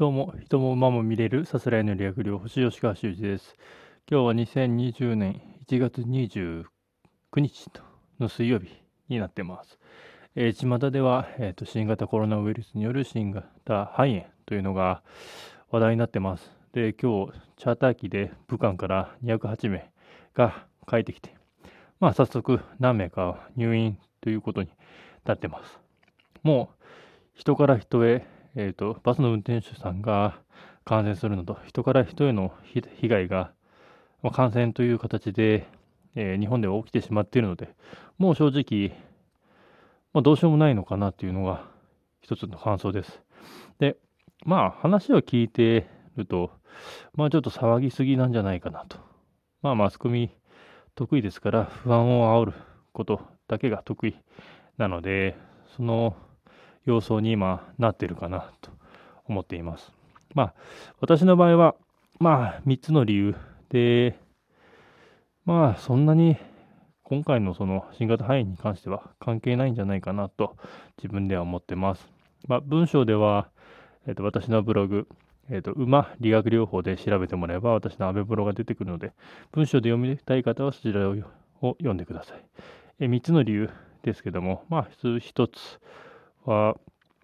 どうも、人も馬も見れるさすらいの理学療法士吉川修司です。今日は2020年1月29日の水曜日になってます。巷では、新型コロナウイルスによる新型肺炎というのが話題になってます。で、今日、チャーター機で武漢から208名が帰ってきて、早速何名か入院ということになってます。もう人から人へ、バスの運転手さんが感染するのと、人から人への被害が、感染という形で、日本では起きてしまっているので、もう正直、どうしようもないのかなっていうのが一つの感想です。で、話を聞いてると、ちょっと騒ぎすぎなんじゃないかなと。マスコミ得意ですから、不安を煽ることだけが得意なので、その様相に今なっているかなと思っています。私の場合は、3つの理由で、そんなに今回のその新型肺炎に関しては関係ないんじゃないかなと自分では思ってます。文章では、私のブログ、馬理学療法で調べてもらえば私のアメブロが出てくるので、文章で読みたい方はそちらを読んでください。3つの理由ですけども、1つは、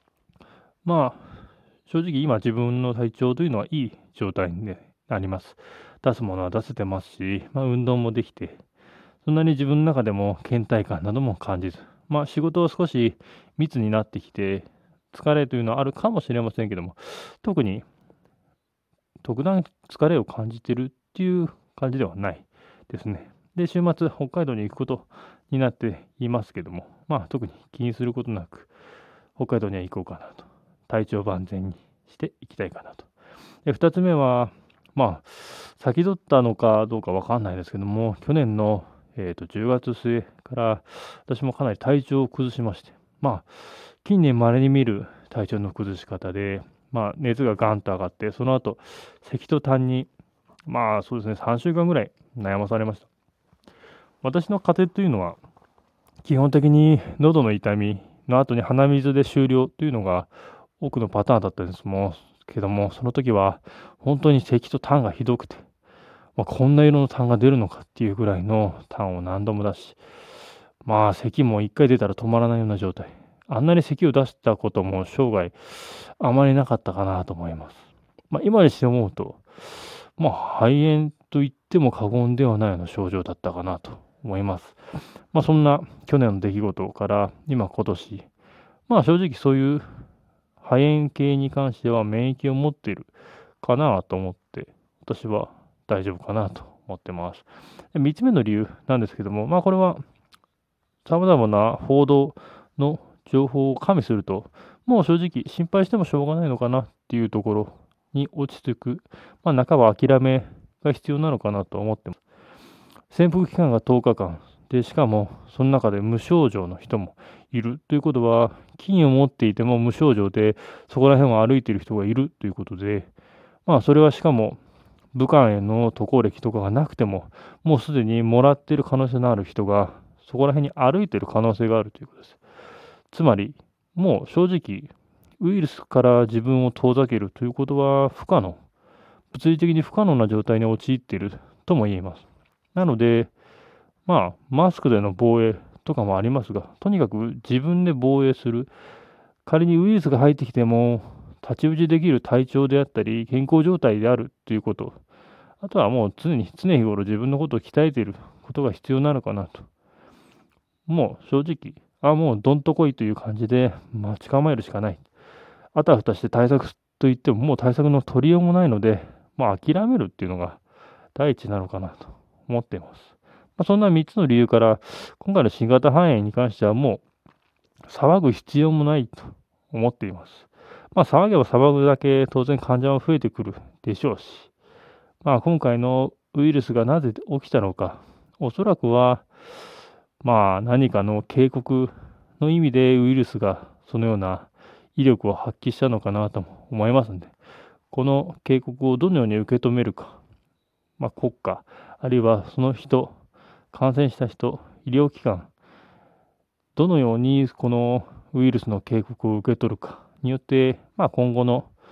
正直今自分の体調というのはいい状態になります。出すものは出せてますし、運動もできて、そんなに自分の中でも倦怠感なども感じず、仕事を少し密になってきて、疲れというのはあるかもしれませんけども、特に特段疲れを感じているっていう感じではないですね。で、週末、北海道に行くことになっていますけども、特に気にすることなく、北海道には行こうかなと。体調万全にしていきたいかなと。で、2つ目は、先取ったのかどうかわかんないですけども、去年の、10月末から私もかなり体調を崩しまして、近年稀に見る体調の崩し方で、熱がガンと上がって、その後、咳と痰に、そうですね、3週間ぐらい悩まされました。私の家庭というのは、基本的に喉の痛みの後に鼻水で終了というのが多くのパターンだったんですけども、その時は本当に咳と痰がひどくて、こんな色の痰が出るのかっていうぐらいの痰を何度も出し、咳も1回出たら止まらないような状態。あんなに咳を出したことも生涯あまりなかったかなと思います。今にして思うと、肺炎と言っても過言ではないような症状だったかなと思います。そんな去年の出来事から今年、正直そういう肺炎系に関しては免疫を持っているかなと思って、私は大丈夫かなと思ってます。3つ目の理由なんですけども、これは様々な報道の情報を加味すると、もう正直心配してもしょうがないのかなっていうところに落ち着く、半ば諦めが必要なのかなと思ってます。潜伏期間が10日間で、しかもその中で無症状の人もいるということは、菌を持っていても無症状でそこら辺を歩いている人がいるということで、それはしかも武漢への渡航歴とかがなくても、もうすでにもらっている可能性のある人がそこら辺に歩いている可能性があるということです。つまり、もう正直、ウイルスから自分を遠ざけるということは不可能。物理的に不可能な状態に陥っているとも言えます。なので、マスクでの防衛とかもありますが、とにかく自分で防衛する。仮にウイルスが入ってきても、太刀打ちできる体調であったり、健康状態であるということ。あとはもう常日頃自分のことを鍛えていることが必要なのかなと。もう正直、もうどんとこいという感じで待ち構えるしかない。あたふたして対策といってももう対策の取りようもないので、諦めるっていうのが第一なのかなと思っています。そんな3つの理由から、今回の新型肺炎に関してはもう騒ぐ必要もないと思っています。騒げば騒ぐだけ当然患者は増えてくるでしょうし、今回のウイルスがなぜ起きたのか、おそらくは、何かの警告の意味でウイルスがそのような威力を発揮したのかなと思いますので、この警告をどのように受け止めるか、国家、あるいはその人、感染した人、医療機関、どのようにこのウイルスの警告を受け取るかによって、今後の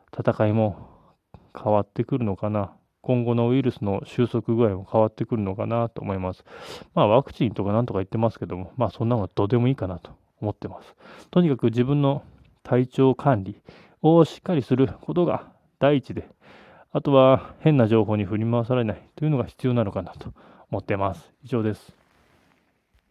戦いも変わってくるのかな。今後のウイルスの収束具合も変わってくるのかなと思います。ワクチンとかなんとか言ってますけども、そんなのはどうでもいいかなと思ってます。とにかく自分の体調管理をしっかりすることが第一で、あとは変な情報に振り回されないというのが必要なのかなと思ってます。以上です。